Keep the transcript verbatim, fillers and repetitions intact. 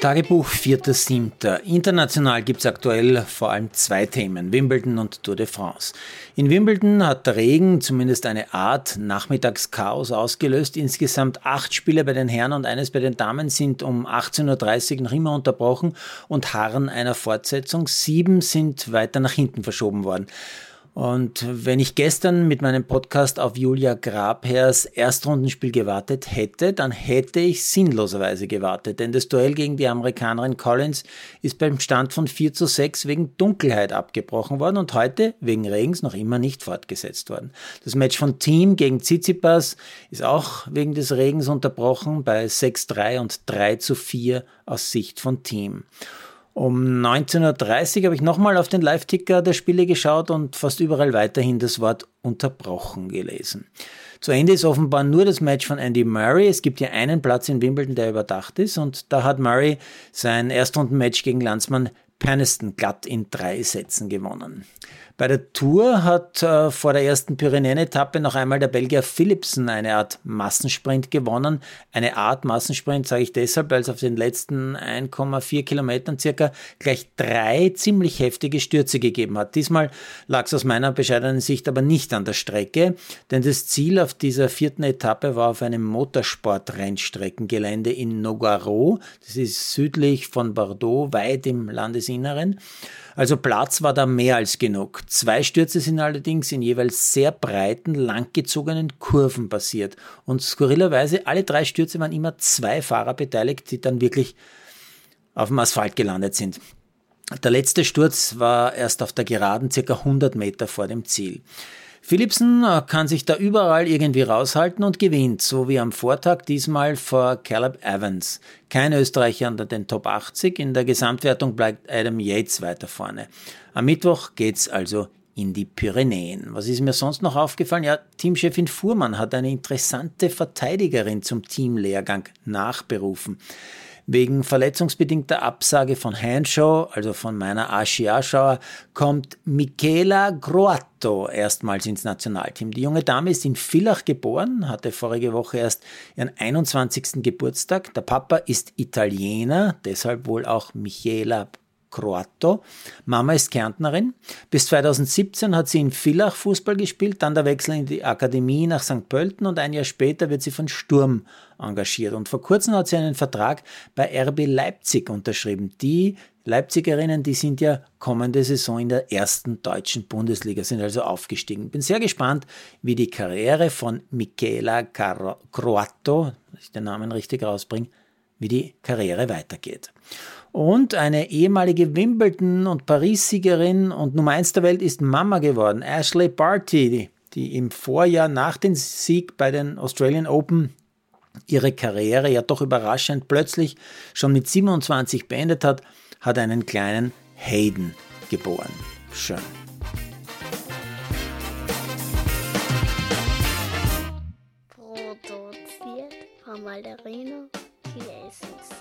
Tagebuch vierter siebter International gibt es aktuell vor allem zwei Themen, Wimbledon und Tour de France. In Wimbledon hat der Regen zumindest eine Art Nachmittagschaos ausgelöst. Insgesamt acht Spiele bei den Herren und eines bei den Damen sind um achtzehn Uhr dreißig noch immer unterbrochen und harren einer Fortsetzung. Sieben sind weiter nach hinten verschoben worden. Und wenn ich gestern mit meinem Podcast auf Julia Grabherrs Erstrundenspiel gewartet hätte, dann hätte ich sinnloserweise gewartet, denn das Duell gegen die Amerikanerin Collins ist beim Stand von vier zu sechs wegen Dunkelheit abgebrochen worden und heute wegen Regens noch immer nicht fortgesetzt worden. Das Match von Thiem gegen Tsitsipas ist auch wegen des Regens unterbrochen bei sechs zu drei und drei zu vier aus Sicht von Thiem. Um neunzehn Uhr dreißig habe ich nochmal auf den Live-Ticker der Spiele geschaut und fast überall weiterhin das Wort unterbrochen gelesen. Zu Ende ist offenbar nur das Match von Andy Murray. Es gibt ja einen Platz in Wimbledon, der überdacht ist und da hat Murray sein Erstrundenmatch gegen Landsmann Peniston glatt in drei Sätzen gewonnen. Bei der Tour hat äh, vor der ersten Pyrenäen-Etappe noch einmal der Belgier Philipsen eine Art Massensprint gewonnen. Eine Art Massensprint sage ich deshalb, weil es auf den letzten eins Komma vier Kilometern circa gleich drei ziemlich heftige Stürze gegeben hat. Diesmal lag es aus meiner bescheidenen Sicht aber nicht an der Strecke, denn das Ziel auf dieser vierten Etappe war auf einem Motorsport-Rennstreckengelände in Nogaro. Das ist südlich von Bordeaux, weit im Landesinneren. Also Platz war da mehr als genug. Zwei Stürze sind allerdings in jeweils sehr breiten, langgezogenen Kurven passiert. Und skurrilerweise, alle drei Stürze waren immer zwei Fahrer beteiligt, die dann wirklich auf dem Asphalt gelandet sind. Der letzte Sturz war erst auf der Geraden, circa hundert Meter vor dem Ziel. Philipsen kann sich da überall irgendwie raushalten und gewinnt, so wie am Vortag, diesmal vor Caleb Evans. Kein Österreicher unter den Top achtzig, in der Gesamtwertung bleibt Adam Yates weiter vorne. Am Mittwoch geht's also in die Pyrenäen. Was ist mir sonst noch aufgefallen? Ja, Teamchefin Fuhrmann hat eine interessante Verteidigerin zum Teamlehrgang nachberufen. Wegen verletzungsbedingter Absage von Henshaw, also von meiner Aschi Aschauer, kommt Michela Croatto erstmals ins Nationalteam. Die junge Dame ist in Villach geboren, hatte vorige Woche erst ihren einundzwanzigsten Geburtstag. Der Papa ist Italiener, deshalb wohl auch Michela Croatto. Mama ist Kärntnerin. Bis zweitausendsiebzehn hat sie in Villach Fußball gespielt, dann der Wechsel in die Akademie nach Sankt Pölten und ein Jahr später wird sie von Sturm engagiert. Und vor kurzem hat sie einen Vertrag bei R B Leipzig unterschrieben. Die Leipzigerinnen, die sind ja kommende Saison in der ersten deutschen Bundesliga, sind also aufgestiegen. Bin sehr gespannt, wie die Karriere von Michela Croatto, dass ich den Namen richtig rausbringe, wie die Karriere weitergeht. Und eine ehemalige Wimbledon- und Paris-Siegerin und Nummer eins der Welt ist Mama geworden. Ashley Barty, die, die im Vorjahr nach dem Sieg bei den Australian Open ihre Karriere ja doch überraschend plötzlich schon mit siebenundzwanzig beendet hat, hat einen kleinen Hayden geboren. Schön. Produziert von Malderino Chiesens.